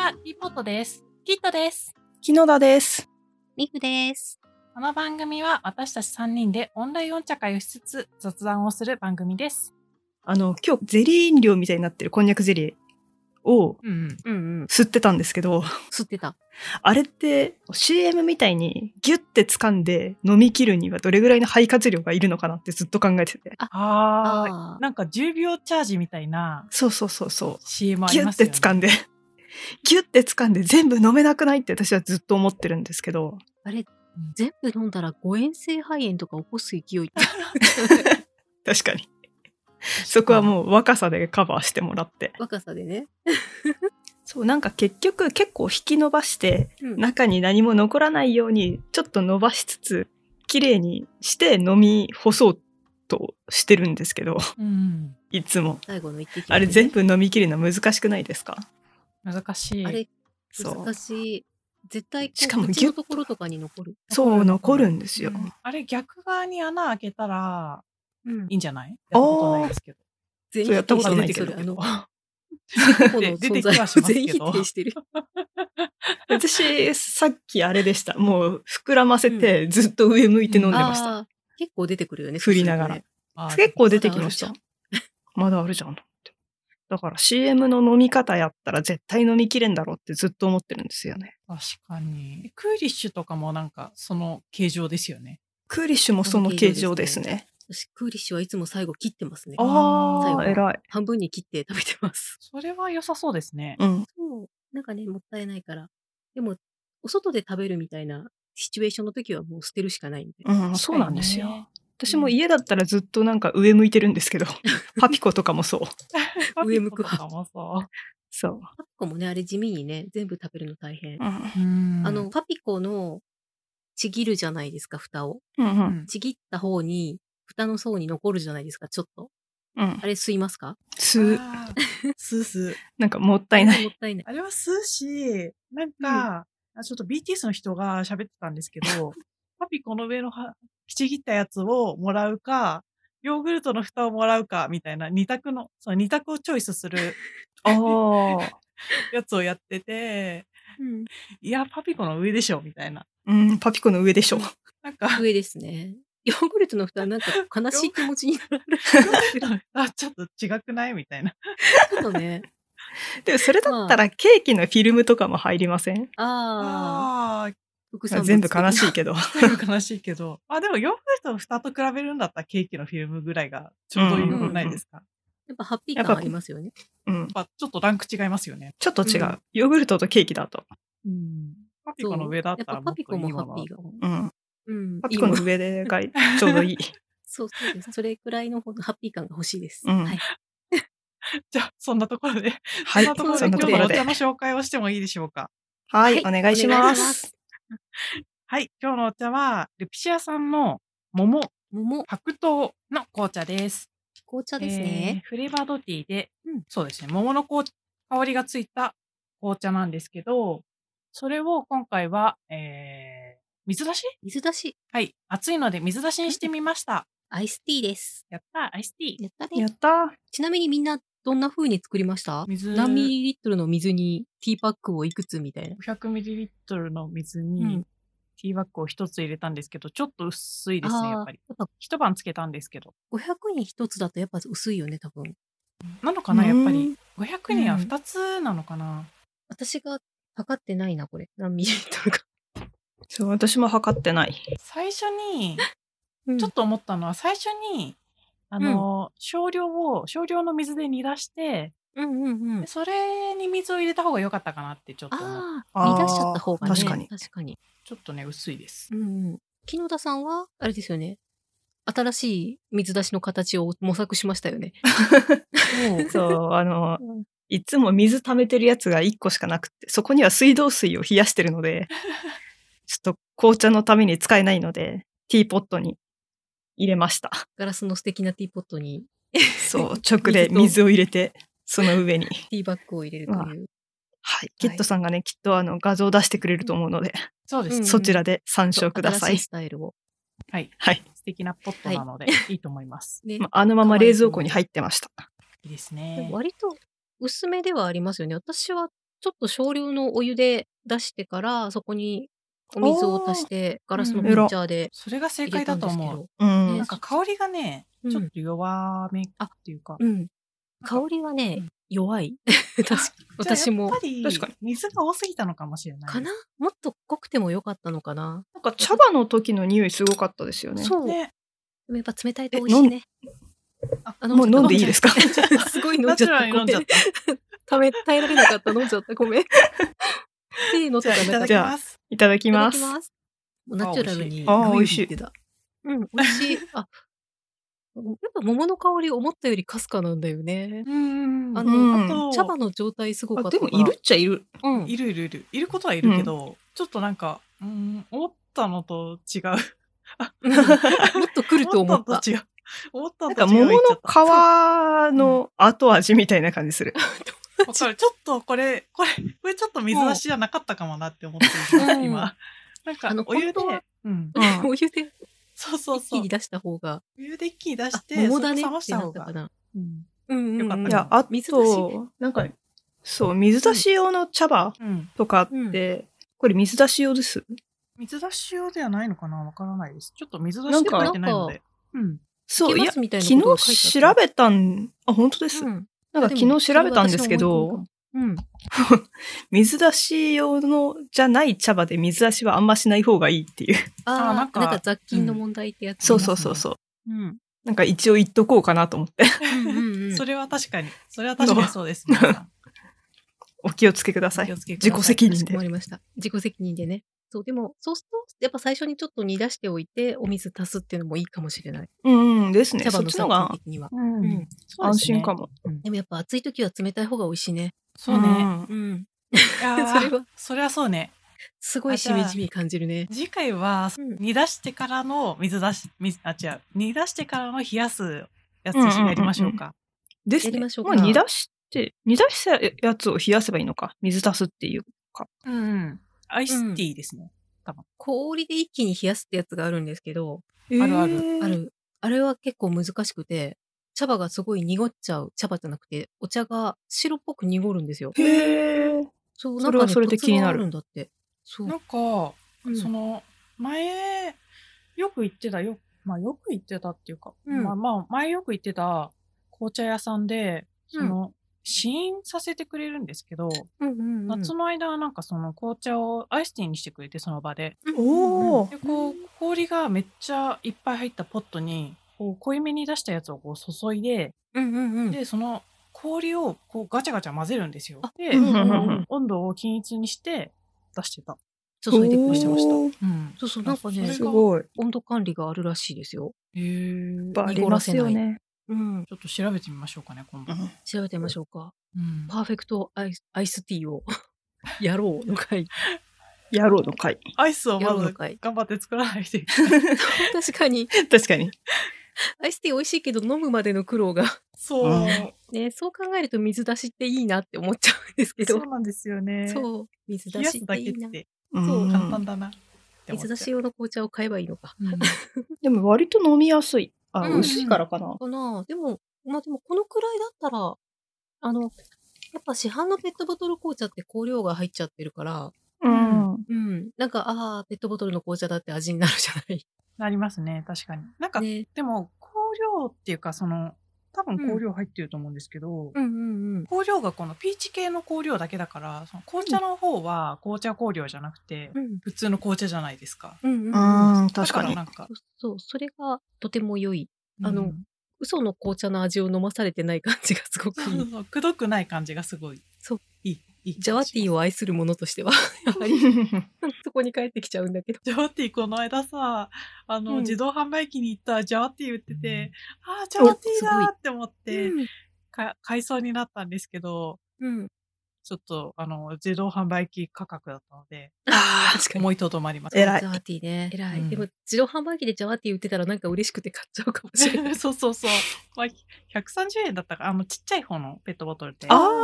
は、ティーポットです。キットです。 木野田です。 ミフです。 この番組は私たち3人でオンラインお茶会をしつつ雑談をする番組です。 今日ゼリー飲料みたいになってるこんにゃくゼリーを吸ってたんですけど、 吸ってた。 あれって CM みたいにギュッて掴んで飲み切るにはどれぐらいの肺活量がいるのかなってずっと考えてて。 なんか10秒チャージみたいな。 そう。 CM ありますよね。 ギュッて掴んで全部飲めなくないって私はずっと思ってるんですけど。 あれ、全部飲んだら誤嚥性肺炎とか起こす勢いって。 確かに。そこはもう若さでカバーしてもらって。 若さでね。 そうなんか結局結構引き伸ばして、中に何も残らないようにちょっと伸ばしつつ綺麗にして飲み干そうとしてるんですけど、いつも最後の一滴、ね、 あれ全部飲み切るの難しくないですか？ 難しい。 あれ難しい。絶対しかも口のところとかに残る。 そう残るんですよ。 あれ逆側に穴開けたらいいんじゃない？やったことないですけど。 そうやったことないけど。 出てきはしますけど。 私さっきあれでした。もう膨らませてずっと上向いて飲んでました。 結構出てくるよね。 振りながら。結構出てきました。まだあるじゃん。だから CM の飲み方やったら絶対飲みきれんだろうってずっと思ってるんですよね。 確かに。クーリッシュとかもなんかその形状ですよね。 クーリッシュもその形状ですね。 私クーリッシュはいつも最後切ってますね。 最後偉い。 半分に切って食べてます。 それは良さそうですね。 そうなんかねもったいないから。でもお外で食べるみたいなシチュエーションの時はもう捨てるしかないんで。 そうなんですよ。私も家だったらずっとなんか上向いてるんですけど、パピコとかもそう。 上向く派。 そう。 パピコもね、あれ地味にね、全部食べるの大変。パピコのちぎるじゃないですか、蓋を。ちぎった方に、蓋の層に残るじゃないですか、ちょっと。あれ吸いますか？ 吸う。なんかもったいない。 あれは吸うし、なんか、ちょっと BTS の人が喋ってたんですけど、パピコの上のちぎったやつをもらうか、ヨーグルトの蓋をもらうかみたいな二択をチョイスするやつをやってて、いやパピコの上でしょみたいな。 パピコの上でしょ。 なんか上ですね。ヨーグルトの蓋はなんか悲しい気持ちになる。 ちょっと違くないみたいな。 ちょっとね。 でもそれだったらケーキのフィルムとかも入りません？全部悲しいけど。 全部悲しいけど。でもヨーグルトの蓋と比べるんだったらケーキのフィルムぐらいがちょうどいいくないですか？ やっぱハッピー感ありますよね。 ちょっとランク違いますよね。 ちょっと違う。ヨーグルトとケーキだと。 パピコの上だったらもっといいもの。 パピコもハッピーが。 パピコの上がちょうどいい。 そうです。それくらいのハッピー感が欲しいです。 はい。 じゃあ、そんなところで。 はい。 そんなところで今日のお茶の紹介をしてもいいでしょうか。 はい。お願いします。 はい。今日のお茶は、ルピシアさんの桃白桃の紅茶です。 紅茶ですね。 フレーバードティーで、そうですね。桃の香りがついた紅茶なんですけど、それを今回は、水出しはい。暑いので水出しにしてみました。 アイスティーです。 やったアイスティー。 やったね。 やった。 ちなみにみんなどんな風に作りました？何ミリリットルの水にティーパックをいくつみたいな。 500ミリリットルの水にティーバッグを一つ入れたんですけど、ちょっと薄いですね、やっぱり。一晩つけたんですけど。 500に一つだとやっぱ薄いよね、多分。 なのかな、やっぱり。500には2つなのかな。 私が測ってないな、これ。何ミリリットルか。 そう、私も測ってない。 最初に、ちょっと思ったのは、最初に、少量の水で煮出して、それに水を入れた方が良かったかなってちょっと思って。 煮出しちゃった方がね。 確かに。 ちょっとね、薄いです。 木野田さんは、あれですよね。新しい水出しの形を模索しましたよね。 そう、いつも水溜めてるやつが1個しかなくて、そこには水道水を冷やしてるので、ちょっと紅茶のために使えないので、ティーポットに入れました。 ガラスの素敵なティーポットに。 そう、直で水を入れて、その上に。 ティーバッグを入れるという。 はい。キットさんがね、きっと画像を出してくれると思うので、 そうです。 そちらで参照ください。 新しいスタイルを。 はい。素敵なポットなので、いいと思います。 あのまま冷蔵庫に入ってました。 いいですね。 割と薄めではありますよね。私はちょっと少量のお湯で出してから、そこにお水を足して、ガラスのピッチャーでそれが正入れ解だとたんですけ思う。 ど。 なんか香りがね、ちょっと弱めっていうか。 香りはね、弱い。確かに。私も。 やっぱり、水が多すぎたのかもしれない。 かな？もっと濃くてもよかったのかな。 なんか茶葉の時の匂いすごかったですよね。 そう。でもやっぱ冷たいと美味しいね。 もう飲んでいいですか？ すごい飲んじゃった。 飲んじゃった。 耐えられなかった。飲んじゃった。ごめん。 じゃあいただきます。 いただきます。 ナチュラルに。 美味しい。 美味しい。やっぱ桃の香り思ったよりかすかなんだよね。あと茶葉の状態すごかったから。 でもいるっちゃいる。 いる。いることはいるけど、ちょっとなんか、思ったのと違う。 もっと来ると思った。 思ったなんか桃の皮の後味みたいな感じする。 わかる。ちょっとこれちょっと水出しじゃなかったかもなって思ってる今。なんかお湯で、 お湯で。 そう。 一気に出した方が。 お湯で一気に出して、 桃だね冷ました方が。 よかった。 いや、あと、なんか、そう、水出し用の茶葉とかって、これ水出し用です。 水出し用ではないのかな？わからないです。ちょっと水出しって書いてないので。 そう、いや、昨日調べた本当です。なんか昨日調べたんですけど、水出し用のじゃない茶葉で水出しはあんましない方がいいっていう。 なんか雑菌の問題ってやつ。 そう。なんか一応言っとこうかなと思って。 それは確かにそうですね。 お気をつけください。自己責任で。 困りました。自己責任でね。そう、でも、そうすると、やっぱ最初にちょっと煮出しておいて、お水足すっていうのもいいかもしれない。 ですね。 茶葉の殺菌的には。 安心かも。 でもやっぱ暑い時は冷たい方が美味しいね。 そうね。それはそうね。 すごいしみじみ感じるね。 次回は、煮出してからの煮出してからの冷やすやつやりましょうか。 ですね。 やりましょうか。 煮出したやつを冷やせばいいのか。水足すっていうか。 アイスティーですね。多分。 氷で一気に冷やすってやつがあるんですけど。 ある。 あれは結構難しくて、茶葉がすごい濁っちゃう。茶葉じゃなくて、お茶が白っぽく濁るんですよ。そう、なんかね、 それで気になる。 コツがあるんだって。そう。 なんか、前、よく行ってたっていうか、前よく行ってた紅茶屋さんで、試飲させてくれるんですけど、夏の間はなんかその紅茶をアイスティーにしてくれて、その場で。で、氷がめっちゃいっぱい入ったポットに、濃いめに出したやつを注いで、で、その氷をガチャガチャ混ぜるんですよ。で、温度を均一にして出してた。 注いでくれてました。そう、なんかね、 すごい。 温度管理があるらしいですよ。 ありますよね。 ちょっと調べてみましょうかね、今度。 調べてみましょうか。パーフェクトアイスティーをやろうの回。 アイスをまず頑張って作らないといけない。 確かに。アイスティー美味しいけど飲むまでの苦労が。 そう。 ね、そう考えると水出しっていいなって思っちゃうんですけど。 そうなんですよね。 そう。水出しっていいな。 そう、簡単だな。 水出し用の紅茶を買えばいいのか。 でも割と飲みやすい。薄いからかな。 でもこのくらいだったら、やっぱ市販のペットボトル紅茶って香料が入っちゃってるから、なんか、ペットボトルの紅茶だって味になるじゃない。 なりますね、確かに。なんか、でも、香料っていうか、多分香料入ってると思うんですけど、香料がこのピーチ系の香料だけだから、その紅茶の方は紅茶香料じゃなくて、普通の紅茶じゃないですか。 確かに。 そう、それがとても良い。嘘の紅茶の味を飲まされてない感じがすごくいい。 くどくない感じがすごい。 そう。 いい。 ジャワティーを愛する者としては、やはり、そこに帰ってきちゃうんだけど。 ジャワティーこの間さ、自動販売機に行ったらジャワティー売ってて、ジャワティーだって思って、買いそうになったんですけど、ちょっと、自動販売機価格だったので、思いとどまります。 偉い。ジャワティーね。偉い。でも、自動販売機でジャワティー売ってたらなんか嬉しくて買っちゃうかもしれない。 そう。130円だったから、ちっちゃい方のペットボトルって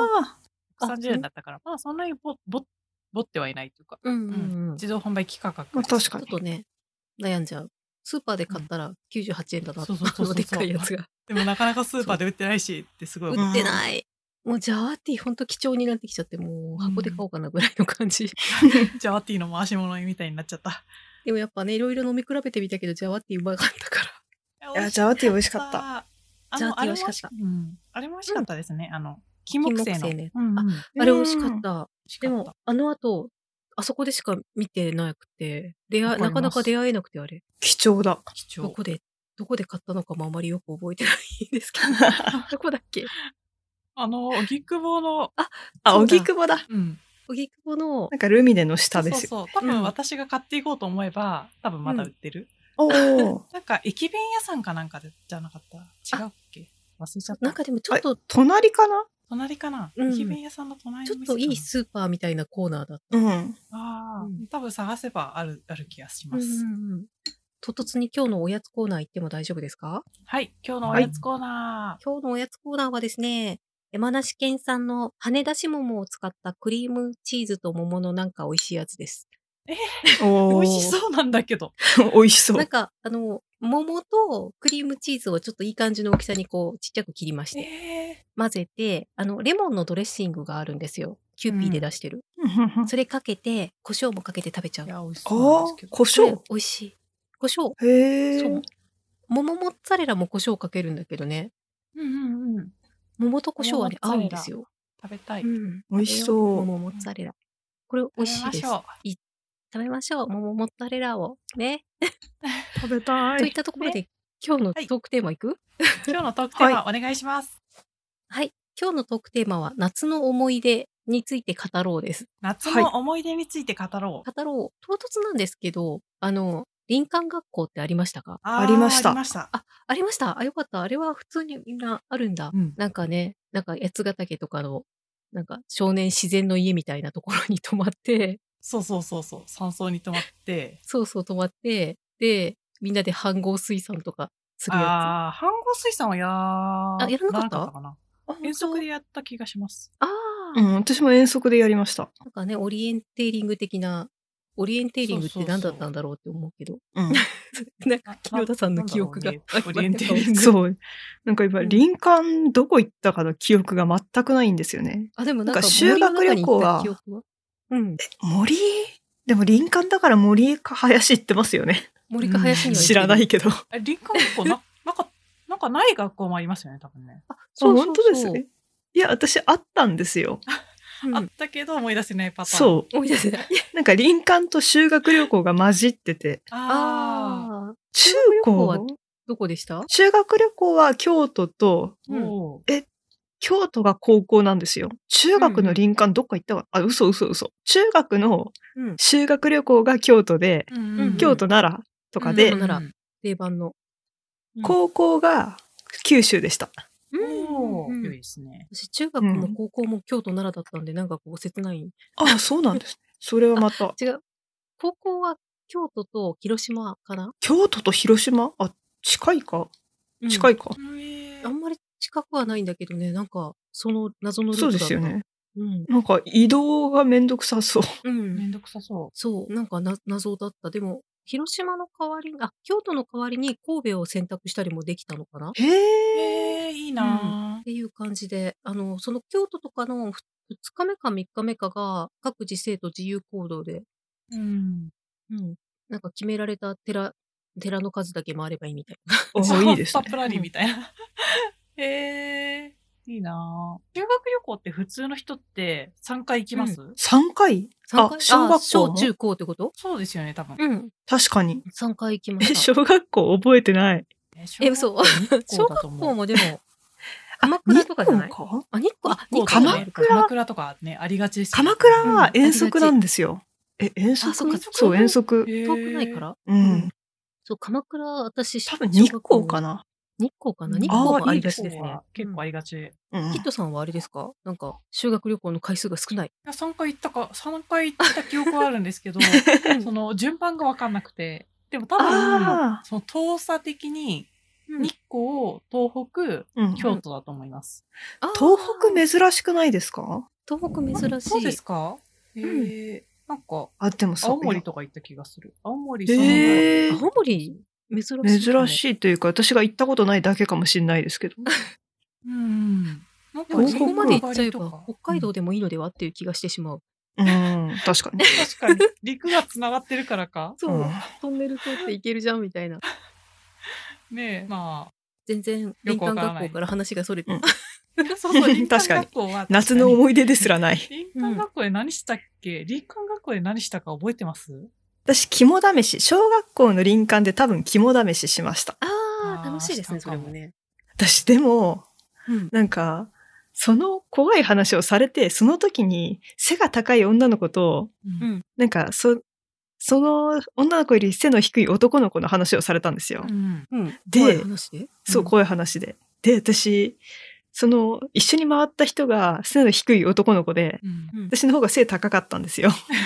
。130円だったから、そんなにぼってはいないというか、自動販売機価格。 確かに。 ちょっとね、悩んじゃう。スーパーで買ったら98円だな。そう。でっかいやつが。 でもなかなかスーパーで売ってないしってすごい。 売ってない。 もうジャワティーほんと貴重になってきちゃって、もう箱で買おうかなぐらいの感じ。 ジャワティーの回し物みたいになっちゃった。 でもやっぱね、いろいろ飲み比べてみたけど、ジャワティーうまかったから。 いや、ジャワティー美味しかった。 ジャワティー美味しかった。 あれも美味しかったですね。金木犀の。 ね。あれ美味しかった。でも、後、あそこでしか見てなくて、なかなか出会えなくてあれ。 貴重だ。 どこで買ったのかもあまりよく覚えてないんですけど。どこだっけ？ 荻窪の。 荻窪だ。 荻窪の。 なんかルミネの下ですよ。 そう。多分私が買っていこうと思えば、多分まだ売ってる。なんか駅弁屋さんかなんかでじゃなかった？違うっけ？忘れちゃった。 なんかでもちょっと。 隣かな？ 駅弁屋さんの隣のちょっといいスーパーみたいなコーナーだった。 多分探せばある気がします。 唐突に今日のおやつコーナー行っても大丈夫ですか？ はい、今日のおやつコーナー。 今日のおやつコーナーはですね、山梨県産の羽出し桃を使ったクリームチーズと桃のなんか美味しいやつです。 美味しそうなんだけど。 美味しそう。 なんか、桃とクリームチーズをちょっといい感じの大きさにこう、ちっちゃく切りまして、混ぜて、レモンのドレッシングがあるんですよ。キューピーで出してる。それかけて、胡椒もかけて食べちゃう。 いや、美味しそうなんですけど。 胡椒？ 美味しい。胡椒。 そう。 桃モッツァレラも胡椒かけるんだけどね。桃と胡椒はね、合うんですよ。 食べたい。 美味しそう。 桃モッツァレラ。これ美味しいです。食べましょう。桃モッツァレラを。ね。 食べたい。 といったところで、今日のトークテーマいく？ 今日のトークテーマお願いします。 はい。今日のトークテーマは、夏の思い出について語ろうです。 夏の思い出について語ろう。 唐突なんですけど、林間学校ってありましたか？ ありました。 ありました。よかった。あれは普通にみんなあるんだ。なんかね、八ヶ岳とかの、少年自然の家みたいなところに泊まって、 そう。山荘に泊まって。 泊まって、で、みんなで飯合水産とかするやつ。 飯合水産はやらなかったかな。遠足でやった気がします。 私も遠足でやりました。 なんかね、オリエンテーリングって何だったんだろうって思うけど。なんか、木野田さんの記憶が。 オリエンテーリング。 そう。なんか今、林間どこ行ったかの記憶が全くないんですよね。 でもなんか修学旅行は、森でも林間だから森か林行ってますよね。 森か林には知らないけど。 林間学校なんかない学校もありますよね、多分ね。 本当ですね。いや、私あったんですよ。 あったけど思い出せないパターン。 そう。 思い出せない。 なんか林間と修学旅行が混じってて。 中高はどこでした？ 修学旅行は京都と、京都が高校なんですよ。中学の林間どっか行ったか、嘘。中学の修学旅行が京都で、京都奈良とかで、 定番の。 高校が九州でした。 良いですね。 私、中学も高校も京都奈良だったんで、なんかこう切ない。 そうなんです。それはまた。 違う。高校は京都と広島かな？ 京都と広島？近いか。 あんまり近くはないんだけどね、なんか、その謎のルートだった。 そうですよね。なんか移動がめんどくさそう。 めんどくさそう。 そう、なんか謎だった。でも、広島の代わりに、京都の代わりに神戸を選択したりもできたのかな？ へー、いいなっていう感じで、その京都とかの2日目か3日目かが各自生徒自由行動で、なんか決められた寺の数だけ回ればいいみたいな。 いいですね。 スタプラリーみたいな。いいな修学旅行って普通の人って3回行きます？ 3回？小学校小中高ってこと？ そうですよね、多分。 確かに。 3回行きました。 小学校覚えてない。 嘘。小学校もでも、鎌倉とかじゃない？日光鎌倉とかね、ありがちです。 鎌倉は遠足なんですよ。遠足？そう、遠足。 遠くないから？そう、鎌倉、私、 多分日光かな。 日光もありがちですね。 結構ありがち。 キッドさんはあれですか？なんか、修学旅行の回数が少ない。 3回行った記憶はあるんですけど、その順番が分かんなくて。でも多分、その遠さ的に、日光、東北、京都だと思います。 東北珍しくないですか？ 東北珍しい。 そうですか？なんか、 でも青森とか行った気がする。青森珍しい。 珍しいというか、私が行ったことないだけかもしれないですけど。 なんかそこまで行っちゃえば、北海道でもいいのではっていう気がしてしまう。 確かに。 確かに。陸が繋がってるからか。 そう、トンネル通って行けるじゃんみたいな。 ねえ、まあ。 全然、林間学校から話がそれて。 そうそう、林間学校は。 夏の思い出ですらない。 林間学校で何したっけ？林間学校で何したか覚えてます？ 私、肝試し。小学校の林間で多分肝試ししました。 ああ、楽しいですね、それもね。 私、でも、なんか、その怖い話をされて、その時に背が高い女の子と、なんか、その女の子より背の低い男の子の話をされたんですよ。で、 怖い話で？ そう、怖い話で。で、私、一緒に回った人が背の低い男の子で、私の方が背高かったんですよ。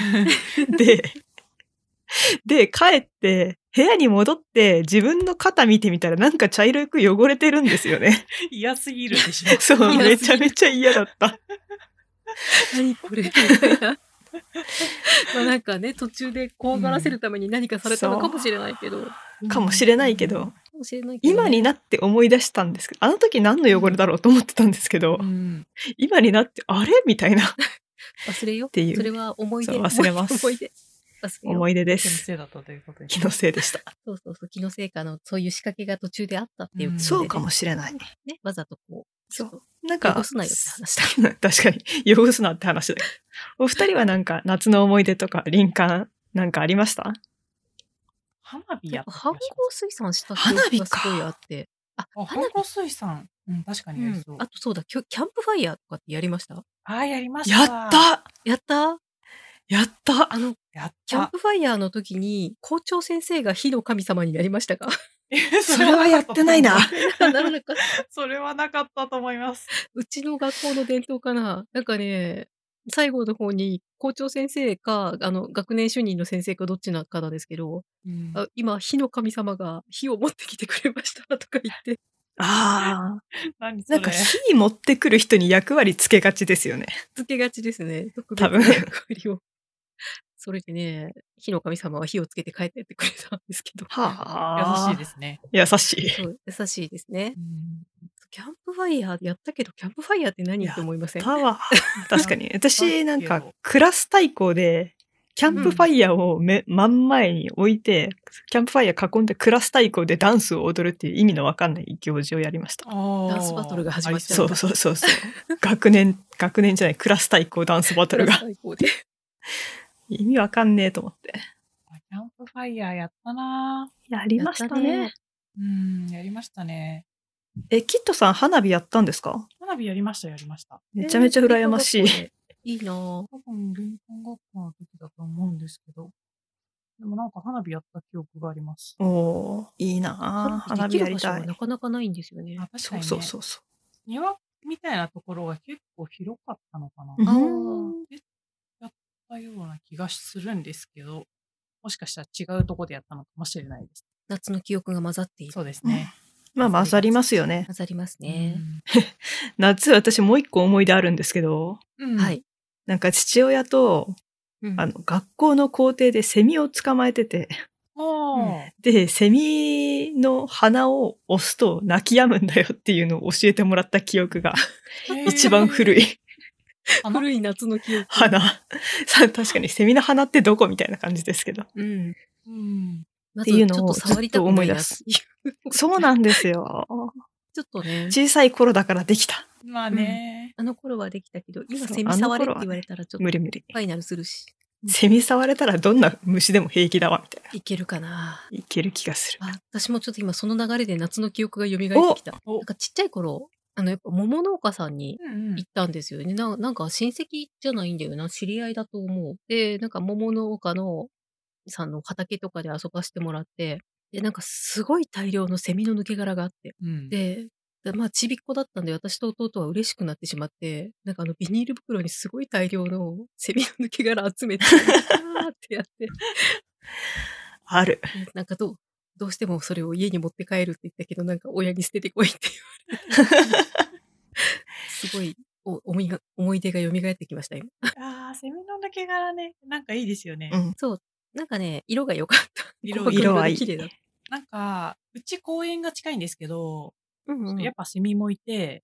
で、帰って、部屋に戻って自分の肩見てみたらなんか茶色く汚れてるんですよね。 嫌すぎるでしょ。 そう、めちゃめちゃ嫌だった。 何これみたいな。まあなんかね、途中で怖がらせるために何かされたのかもしれないけど。 かもしれないけど、今になって思い出したんですけど、あの時何の汚れだろうと思ってたんですけど、今になって、あれみたいな。 忘れよ。 っていう。 それは思い出。 忘れます。思い出です。 気のせいだったということで。 気のせいでした。 そうそうそう、気のせいかの、そういう仕掛けが途中であったっていうことで、 そうかもしれない。 ね、わざとこう。 そう。なんか、 汚すなよって話だ。 確かに、汚すなって話だ。お二人はなんか、夏の思い出とか、林間、なんかありました？ 花火やった。 飯盒水産した記憶がすごいあって。 花火水産。確かにやりそう。 あとそうだ、キャンプファイヤーとかってやりました？ やりました。 やったやったキャンプファイヤーの時に、校長先生が火の神様になりましたか？ それはやってないな。 それはなかったと思います。 うちの学校の伝統かな。なんかね、最後の方に校長先生か、学年主任の先生かどっちなかなんですけど、今、火の神様が火を持ってきてくれましたとか言って。 なんか火持ってくる人に役割つけがちですよね。 つけがちですね。特別な役割を。それでね、火の神様は火をつけて帰ってってくれたんですけど。 優しいですね。 優しい。 そう、優しいですね。キャンプファイヤーやったけど、キャンプファイヤーって何って思いません？ 確かに。私なんかクラス対抗で、キャンプファイヤーを真ん前に置いて、キャンプファイヤー囲んでクラス対抗でダンスを踊るっていう意味のわかんない行事をやりました。 ダンスバトルが始まっちゃう。 そう。学年じゃない、クラス対抗ダンスバトルが。意味わかんねえと思って。 キャンプファイヤーやったな。 やりましたね。 やりましたね。 キッドさん花火やったんですか？ 花火やりました。 めちゃめちゃ羨ましい。 いいなぁ。 多分、林間学校の時だと思うんですけど。でもなんか花火やった記憶があります。 いいなぁ。花火やりたい。 なかなかないんですよね。 確かにね。 そう。 庭みたいなところが結構広かったのかな。やったような気がするんですけど、もしかしたら違うところでやったのかもしれないです。 夏の記憶が混ざっている。 そうですね。 まあ混ざりますよね。 混ざりますね。 夏、私もう一個思い出あるんですけど、 はい。 なんか父親と、学校の校庭でセミを捕まえてて、で、セミの鼻を押すと泣き止むんだよっていうのを教えてもらった記憶が一番古い。 古い夏の記憶。 鼻。確かにセミの鼻ってどこみたいな感じですけど。っていうのをずっと思い出す。そうなんですよ。 ちょっとね。 小さい頃だからできた。 まあね。 あの頃はできたけど、今セミ触れって言われたらちょっと無理。 ファイナルするし。 セミ触れたらどんな虫でも平気だわ、みたいな。 いけるかな。 いける気がする。 私もちょっと今その流れで夏の記憶が蘇ってきた。なんかちっちゃい頃、やっぱ桃農家さんに行ったんですよね。なんか親戚じゃないんだよな。知り合いだと思う。で、なんか桃農家のさんの畑とかで遊ばしてもらって、で、なんかすごい大量のセミの抜け殻があって、で、まあ、ちびっこだったんで、私と弟は嬉しくなってしまって、なんかビニール袋にすごい大量のセミの抜け殻集めて、あーってやって。 ある。 なんかどうしてもそれを家に持って帰るって言ったけど、なんか親に捨ててこいって言われて。すごい思い出が蘇ってきました、今。 セミの抜け殻ね、なんかいいですよね。 そう。なんかね、色が良かった。 色はいい。 綺麗だった。 なんか、うち公園が近いんですけど、やっぱセミもいて、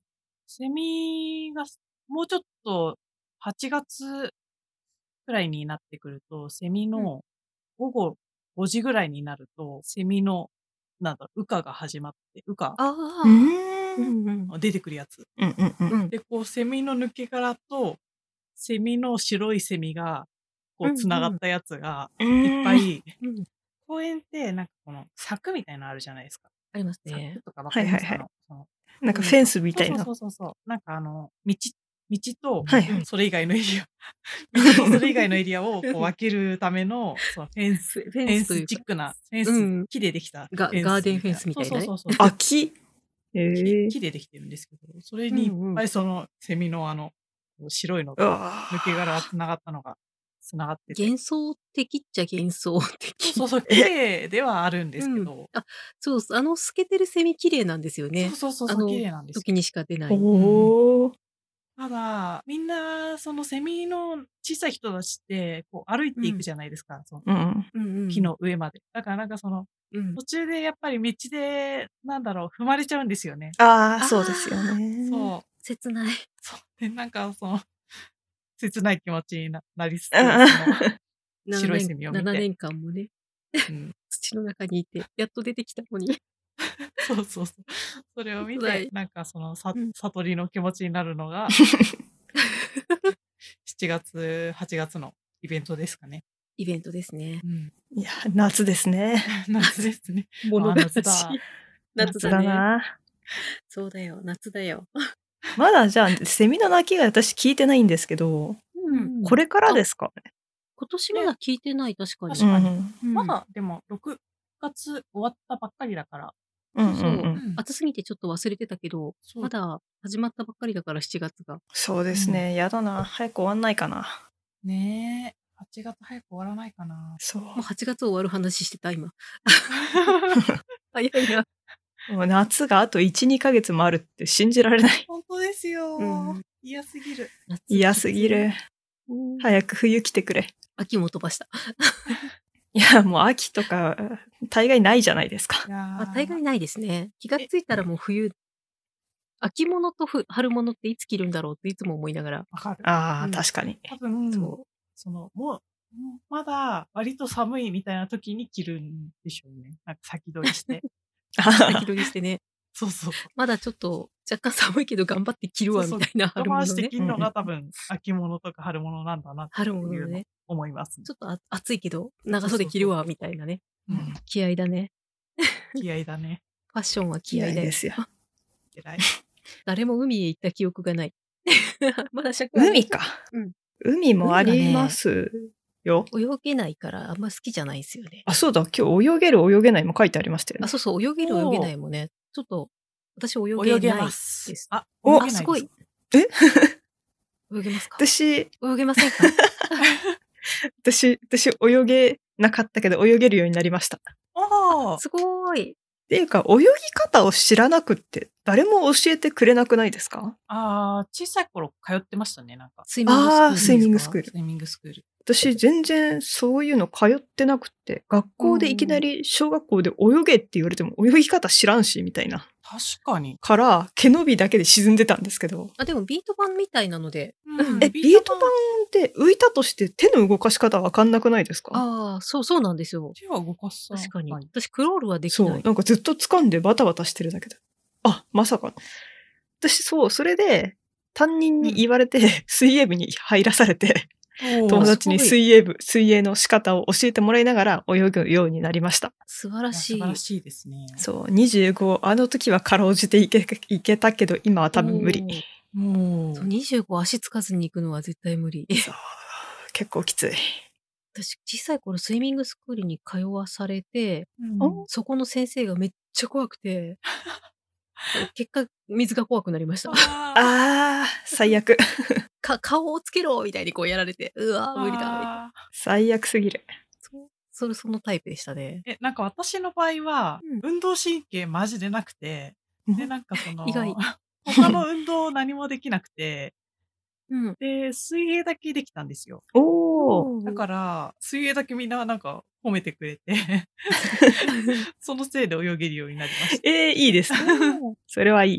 セミが、もうちょっと8月くらいになってくると、セミの午後5時ぐらいになると、セミの、羽化が始まって、羽化出てくるやつ。で、こう、セミの抜け殻と、セミの白いセミが、こう、繋がったやつが、いっぱい、公園って、なんかこの、柵みたいなのあるじゃないですか。 ありますね。 柵とかわかりますか？ なんかフェンスみたいな。 そう。なんか道と、それ以外のエリア、道とそれ以外のエリアをこう分けるための、そのフェンスチックな、フェンス、木でできたフェンス。 ガーデンフェンスみたいなね。 そう。 あ、木でできてるんですけど、それにいっぱいそのセミの白いのと抜け殻が繋がったのが繋がってて。 幻想的っちゃ幻想的。 そう、綺麗ではあるんですけど。 そう、透けてるセミ綺麗なんですよね。 そう、綺麗なんですよ。 時にしか出ない。 ただ、みんな、そのセミの小さい人たちって、こう歩いていくじゃないですか。その木の上まで。だからなんかその、途中でやっぱり道で、踏まれちゃうんですよね。 ああ、そうですよね。 そう。 切ない。 そう。で、なんかその、切ない気持ちになりつつ、白いセミを見て。 7年間もね、土の中にいて、やっと出てきたのに。 そう。それを見て、なんかその悟りの気持ちになるのが、7月、8月のイベントですかね。 イベントですね。 いや、夏ですね。 夏ですね。 物悲しい。 夏だな。 そうだよ、夏だよ。 まだじゃあ、セミの鳴きが私聞いてないんですけど、これからですかね。 今年まだ聞いてない、確かに。 まだ、でも、6月終わったばっかりだから。 暑すぎてちょっと忘れてたけど、まだ始まったばっかりだから7月が。 そうですね。やだな。早く終わんないかな。 ねえ。8月早く終わらないかな。 そう。 もう8月終わる話してた、今。早いな。 もう夏があと1、2ヶ月もあるって信じられない。 本当ですよ。嫌すぎる。 嫌すぎる。早く冬来てくれ。 秋も飛ばした。 いや、もう秋とか、大概ないじゃないですか。 大概ないですね。気がついたらもう冬、秋物と春物っていつ着るんだろうっていつも思いながら。 わかる。 ああ、確かに。 多分、もう、まだ割と寒いみたいな時に着るんでしょうね。なんか先取りして。 先取りしてね。 そう。 まだちょっと若干寒いけど頑張って着るわみたいな春物ね。 我慢して着るのが多分秋物とか春物なんだなっていうのを思います、ね。 ちょっと暑いけど長袖着るわみたいなね。気合だね。 気合だね。 ファッションは気合ですよ。 偉い。誰も海へ行った記憶がない。まだ海か。海もありますよ。 泳げないからあんま好きじゃないですよね。 あ、そうだ。今日泳げる泳げないも書いてありましたよね。 そう、泳げる泳げないもね。ちょっと、私泳げないです。 すごい。泳げますか？ 私、 泳げませんか？ 私泳げなかったけど泳げるようになりました。 すごい。 っていうか、泳ぎ方を知らなくって、誰も教えてくれなくないですか？ 小さい頃通ってましたね、なんか。 スイミングスクール。私、全然そういうの通ってなくって、学校でいきなり小学校で泳げって言われても泳ぎ方知らんし、みたいな。 確かに。 から、毛伸びだけで沈んでたんですけど。 でもビート板みたいなので。 ビート板って浮いたとして手の動かし方わかんなくないですか？ そうなんですよ。 手は動かす。 確かに。私、クロールはできない。 そう、なんかずっと掴んでバタバタしてるだけだ。まさか。私、それで、担任に言われて、水泳部に入らされて、友達に水泳の仕方を教えてもらいながら泳ぐようになりました。 素晴らしい。 素晴らしいですね。 そう、25、あの時はかろうじていけたけど、今は多分無理。 もう。25足つかずに行くのは絶対無理。 そう、結構きつい。 私、小さい頃スイミングスクールに通わされて、そこの先生がめっちゃ怖くて、結果、水が怖くなりました。 最悪。 顔をつけろみたいにこうやられて、うわ無理だ。 最悪すぎる。 そのタイプでしたね。 なんか私の場合は、運動神経マジでなくて、で、なんか意外。 他の運動何もできなくて、で、水泳だけできたんですよ。だから、水泳だけみんななんか褒めてくれて、そのせいで泳げるようになりました。 いいですね。それはいい。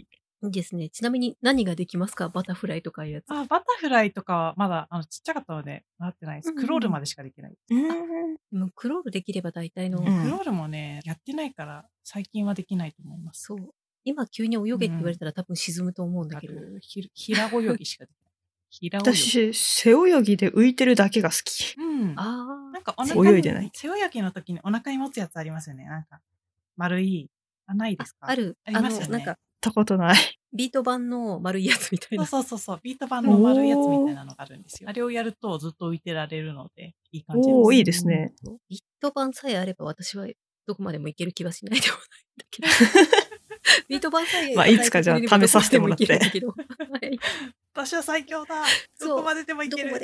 いいですね。ちなみに何ができますか？バタフライとかいうやつ。 バタフライとかはまだちっちゃかったのでなってないです。クロールまでしかできない。 もうクロールできれば大体の。 クロールもね、やってないから最近はできないと思います。 そう。今急に泳げって言われたら多分沈むと思うんだけど。 平泳ぎしかできない。 私、背泳ぎで浮いてるだけが好き。 なんか泳いでない。 背泳ぎの時にお腹に持つやつありますよね。なんか丸い。ないですか？ ある。 ありますよね。 なんかったことない。 ビート板の丸いやつみたいな。 そう。ビート板の丸いやつみたいなのがあるんですよ。あれをやるとずっと浮いてられるので、いい感じです。 いいですね。 ビート板さえあれば私はどこまでもいける気はしないでもないんだけど。ビート板さえいつかじゃあ試させてもらって。 私は最強だ。どこまででもいける。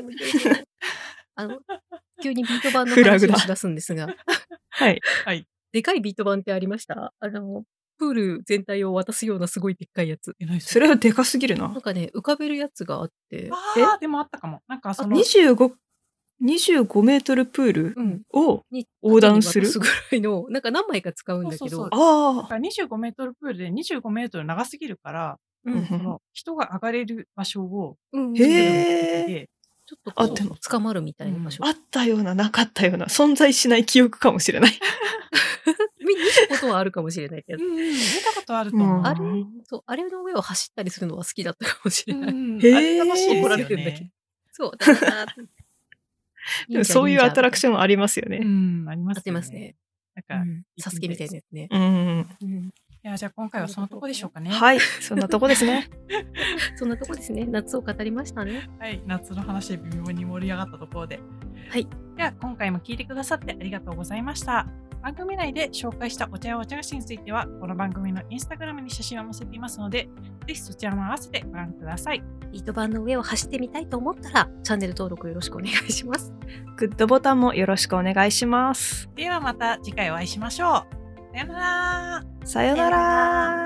急にビート板の話をし出すんですが。 はい。 でかいビート板ってありました？プール全体を渡すようなすごいでっかいやつ。 それはでかすぎるな。 なんかね、浮かべるやつがあって。 でもあったかも。なんか 25メートルプールを横断するぐらいの、なんか何枚か使うんだけど。 25メートルプールで25メートル長すぎるから、人が上がれる場所を作るへー。 ちょっとでも捕まるみたいな場所。 あったような、なかったような、存在しない記憶かもしれない。 見たことはあるかもしれないけど。 見たことあると思う。 あれの上を走ったりするのは好きだったかもしれない。 へー。楽しいですよね。 そう、だからそういうアトラクションありますよね。 ありますね。 なんか、 サスケみたいなやつね。 いや、じゃあ今回はそのとこでしょうかね。 はい、そんなとこですね。 そんなとこですね。夏を語りましたね。 はい、夏の話で微妙に盛り上がったところで。 はい。 では今回も聞いてくださってありがとうございました。番組内で紹介したお茶やお茶菓子については、この番組のインスタグラムに写真を載せていますので、ぜひそちらも合わせてご覧ください。 ビート板の上を走ってみたいと思ったら、チャンネル登録よろしくお願いします。 グッドボタンもよろしくお願いします。 ではまた次回お会いしましょう。さよなら。 さよなら。